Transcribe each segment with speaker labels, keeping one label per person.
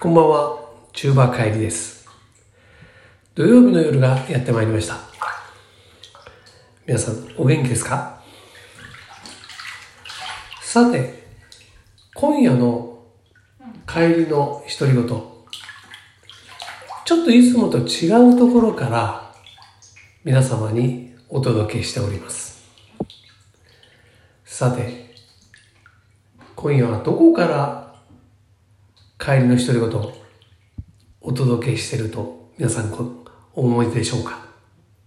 Speaker 1: こんばんは、チューバー帰りです。土曜日の夜がやってまいりました。皆さん、お元気ですか？さて、今夜の帰りの独り言、ちょっといつもと違うところから皆様にお届けしております。さて、今夜はどこから帰りの独り言をお届けしていると皆さんお思いでしょうか？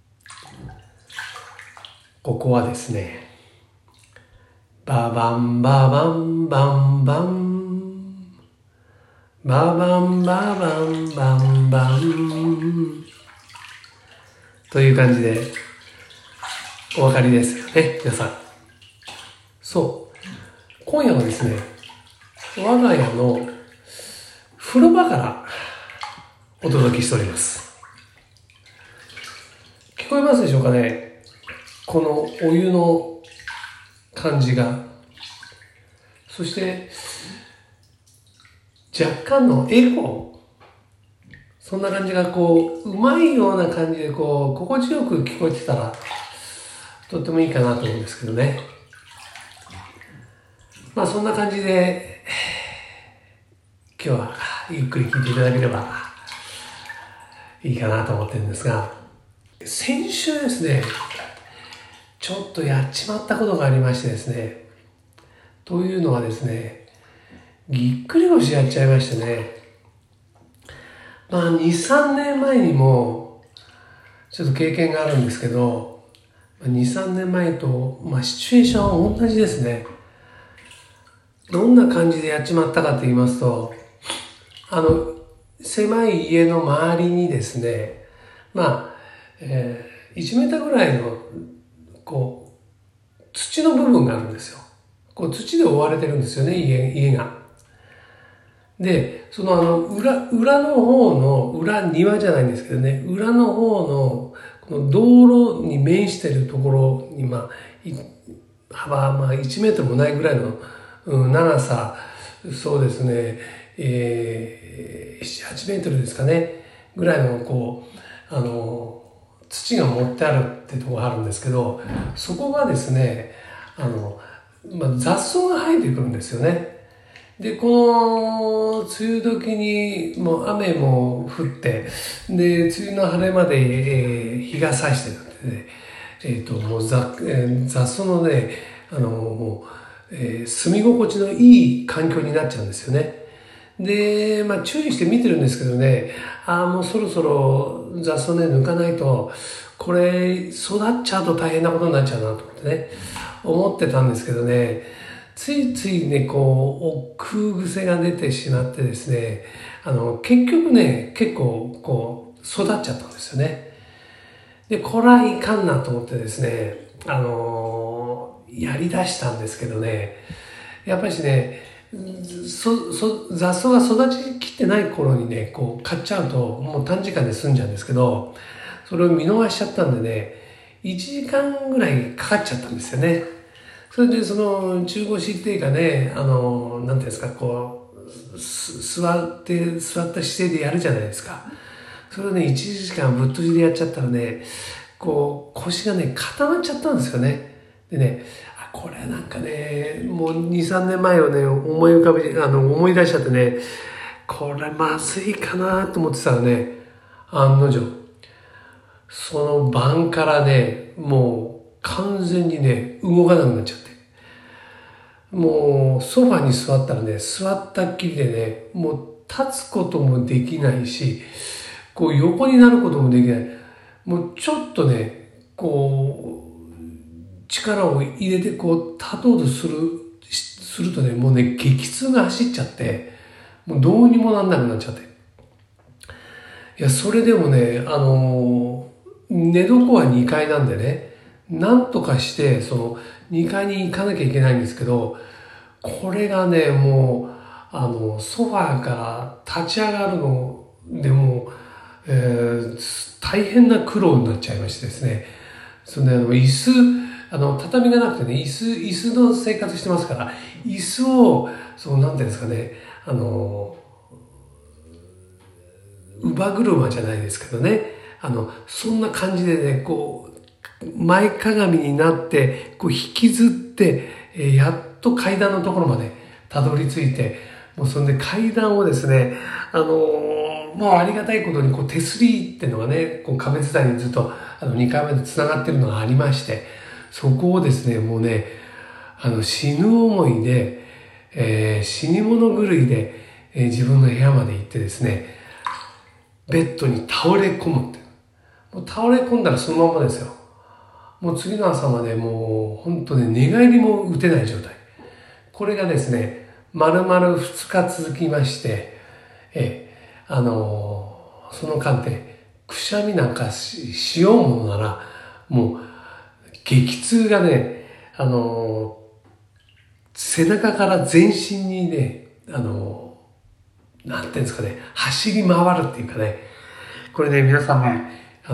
Speaker 1: ここはですね、ババンババンバンバンババンババンバンバンという感じでお分かりですよね、皆さん。そう、今夜はですね、我が家の風呂場からお届けしております。聞こえますでしょうかね？このお湯の感じが。そして若干のエコー、そんな感じがうまいような感じで心地よく聞こえてたらとってもいいかなと思うんですけどね。まあそんな感じで今日はゆっくり聞いていただければいいかなと思ってるんですが、先週ですね、ちょっとやっちまったことがありましてですね、というのはですね、ぎっくり腰やっちゃいましてね、まあ2、3年前にもちょっと経験があるんですけど、2、3年前と、シチュエーションは同じですね。どんな感じでやっちまったかと言いますと、狭い家の周りにですね、1メーターぐらいの土の部分があるんですよ。土で覆われてるんですよね、家が。で、その裏の方の、庭じゃないんですけどね、裏の方の、この道路に面してるところに、幅、1メートルもないぐらいの、長さ、そうですね、7、8メートルですかね、ぐらいの、土が盛ってあるってところがあるんですけど、そこがですね、雑草が生えてくるんですよね。で、この梅雨時にもう雨も降って、で、梅雨の晴れまで、日が差してるんでね、もう雑草のね、住み心地のいい環境になっちゃうんですよね。で、注意して見てるんですけどね、もうそろそろ雑草ね、抜かないと、これ、育っちゃうと大変なことになっちゃうなと思ってね、思ってたんですけどね、ついついね、億劫癖が出てしまってですね、結局ね、結構、育っちゃったんですよね。で、これはいかんなと思ってですね、やり出したんですけどね、やっぱりね、雑草が育ちきってない頃にね、買っちゃうと、もう短時間で済んじゃうんですけど、それを見逃しちゃったんでね、1時間ぐらいかかっちゃったんですよね。それで中腰っていうかね、なんていうんですか、座った姿勢でやるじゃないですか。それをね、1時間ぶっ閉じでやっちゃったらね、腰がね、固まっちゃったんですよね。でね、これなんかね、もう2、3年前をね、思い出しちゃってね、これまずいかなと思ってたらね、案の定、その晩からね、もう完全にね、動かなくなっちゃって。もうソファに座ったらね、座ったっきりでね、もう立つこともできないし、横になることもできない。もうちょっとね、力を入れて立とうとするとね、もうね、激痛が走っちゃって、もうどうにもなんなくなっちゃって。いや、それでもね、寝床は2階なんでね、なんとかして、2階に行かなきゃいけないんですけど、これがね、もう、ソファーから立ち上がるのでも、大変な苦労になっちゃいましてですね、椅子、畳がなくてね、椅子の生活してますから、椅子を、なんていうんですかね、 乳母車じゃないですけどね、そんな感じでね、こう、前かがみになって、こう引きずって、やっと階段のところまでたどり着いて、もうそんで階段をですね、もうありがたいことにこう手すりっていうのがね、こう壁伝いにずっと2階まで繋がってるのがありまして、そこをですね、もうね、死ぬ思いで、死に物狂いで、自分の部屋まで行ってですね、ベッドに倒れ込むって。もう倒れ込んだらそのままですよ。もう次の朝までもう本当ね、寝返りも打てない状態。これがですね、丸々2日続きまして、その間でくしゃみなんかしようものなら、もう激痛がね、背中から全身にね、なんていうんですかね、走り回るっていうかね、これね、皆さんね、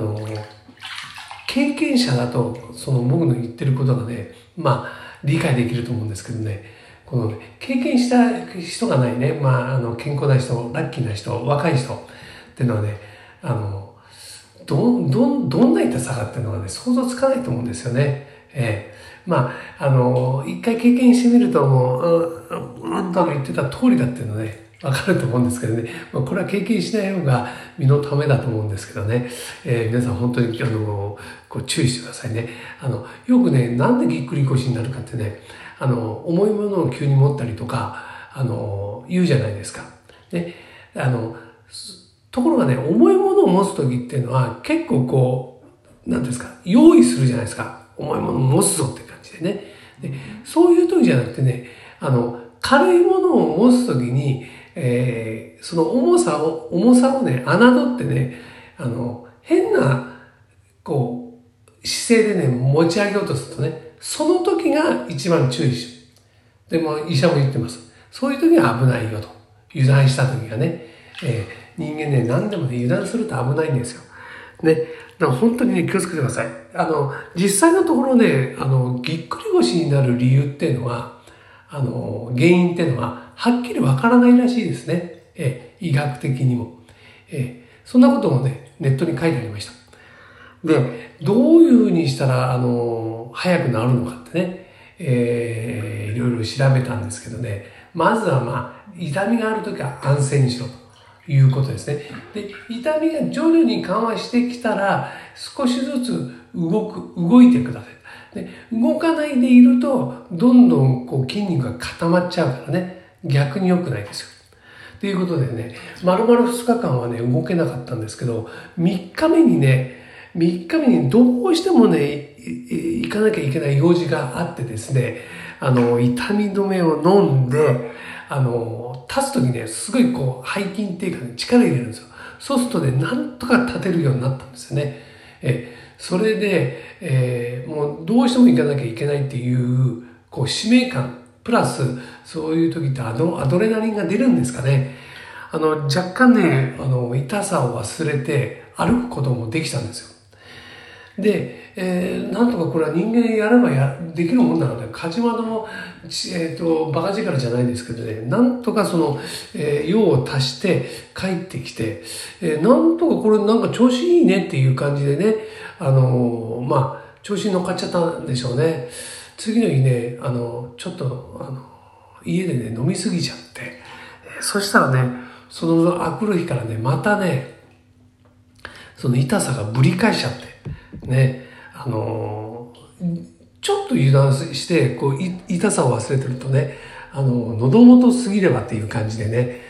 Speaker 1: 経験者だと、その僕の言ってることがね、まあ、理解できると思うんですけどね、この、ね、経験した人がないね、まあ、健康な人、ラッキーな人、若い人っていうのはね、どんな痛さかっていうのはね、想像つかないと思うんですよね。まあ、一回経験してみるともう、あんたの言ってた通りだっていうのね、わかると思うんですけどね。まあ、これは経験しない方が身のためだと思うんですけどね。皆さん本当に、こう注意してくださいね。よくね、なんでぎっくり腰になるかってね、重いものを急に持ったりとか、言うじゃないですか。ね。ところがね、重いものを持つときっていうのは結構こう、なんですか、用意するじゃないですか。重いものを持つぞって感じでね。で、そういう時じゃなくてね、軽いものを持つときに、その重さをね、侮ってね、変な、こう、姿勢でね、持ち上げようとするとね、その時が一番注意し。でも、医者も言ってます。そういう時は危ないよと。油断した時がね、人間ね、何でもね、油断すると危ないんですよ。ね。だから本当にね、気をつけてください。実際のところね、ぎっくり腰になる理由っていうのは、原因っていうのは、はっきりわからないらしいですね。医学的にも。そんなこともね、ネットに書いてありました。で、どういうふうにしたら、早くなるのかってね、いろいろ調べたんですけどね、まずはまあ、痛みがあるときは安静にしろということですね。で、痛みが徐々に緩和してきたら、少しずつ動いてください。で、動かないでいると、どんどんこう筋肉が固まっちゃうからね、逆に良くないですよ。ということでね、丸々2日間はね、動けなかったんですけど、3日目にどうしてもね、行かなきゃいけない用事があってですね、痛み止めを飲んで、立つときね、すごいこう、背筋っていうかね、力入れるんですよ。そうするとね、なんとか立てるようになったんですよね。それで、もうどうしても行かなきゃいけないっていう、こう、使命感、プラス、そういう時ってアドレナリンが出るんですかね。若干ね、痛さを忘れて歩くこともできたんですよ。で、なんとかこれは人間やればできるもんなので、カジマの、バカ力じゃないんですけどね、なんとかその、用を足して帰ってきて、なんとかこれなんか調子いいねっていう感じでね、まあ、調子に乗っかっちゃったんでしょうね。次の日ね、ちょっと、家でね、飲みすぎちゃって、そしたらね、その来る日からね、またね、その痛さがぶり返しちゃって、ね、ちょっと油断して、こう、痛さを忘れてるとね、喉元過ぎればっていう感じでね、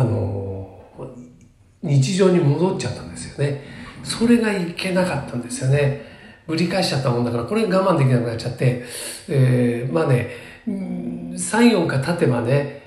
Speaker 1: 日常に戻っちゃったんですよね。それがいけなかったんですよね。ぶり返しちゃったもんだから、これ我慢できなくなっちゃって、まあね、3、4日経てばね、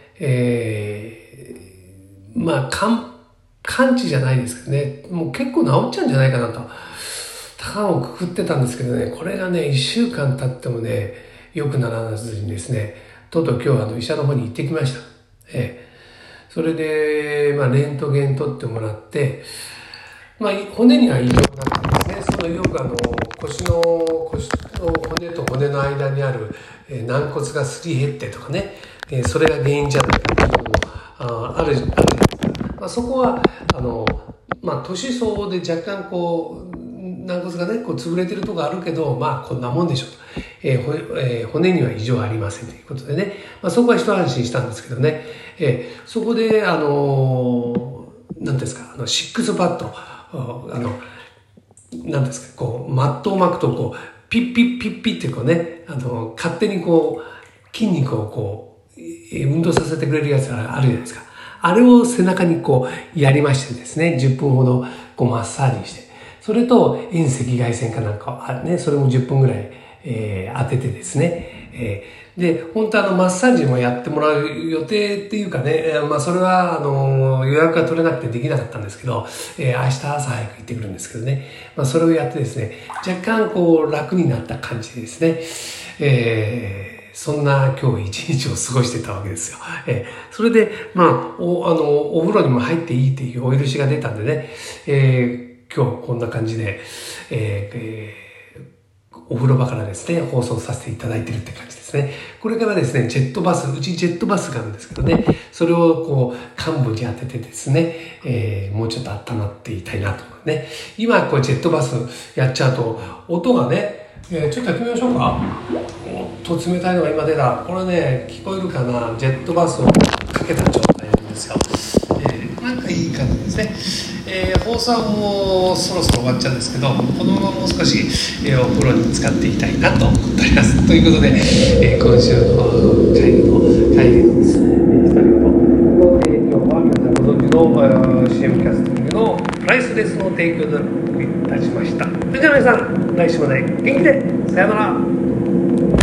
Speaker 1: まあ、完治じゃないですけどね、もう結構治っちゃうんじゃないかなと。高をくくってたんですけどね、これがね、1週間経ってもね、良くならずにですね、とうとう今日医者の方に行ってきました。それで、まあ、レントゲン取ってもらって、まあ、骨には異常なくてですね、そのよく腰の骨と骨の間にある、軟骨がすり減ってとかね、それが原因じゃないかっていうのもあるじゃないですか。まあ、そこは、 年相応で若干軟骨がね、潰れてるとこあるけど、こんなもんでしょうと。骨には異常ありませんということでね。そこは一安心したんですけどね。そこで、なんていうんですか、シックスパッド、なんですか、マットを巻くと、ピッピッピッピッってね、勝手に筋肉を運動させてくれるやつがあるじゃないですか。あれを背中にやりましてですね、10分ほどマッサージして、それと遠赤外線かなんかね、それも10分ぐらい、当ててですね、で、本当マッサージもやってもらう予定っていうかね、それは予約が取れなくてできなかったんですけど、明日朝早く行ってくるんですけどね、それをやってですね、若干楽になった感じでですね、そんな今日一日を過ごしてたわけですよ。それで、お風呂にも入っていいっていうお許しが出たんでね、今日こんな感じで、お風呂場からですね、放送させていただいてるって感じですね。これからですね、うちジェットバスがあるんですけどね、それを患部に当ててですね、もうちょっと温まっていたいなと思うね。今ジェットバスやっちゃうと、音がね、ちょっとやってみましょうか。おっと冷たいのが今出た。これね、聞こえるかな。ジェットバスをかけた状態なんですよ。なんかいい感じですね。放送もそろそろ終わっちゃうんですけど、このままもう少し、お風呂に使っていきたいなと思っております。ということで、今週の帰りのですね、一人の提供は皆さんご存知の CM キャスティングのプライスレスの提供でいたしました。それでは皆さん、来週まで元気でさよなら。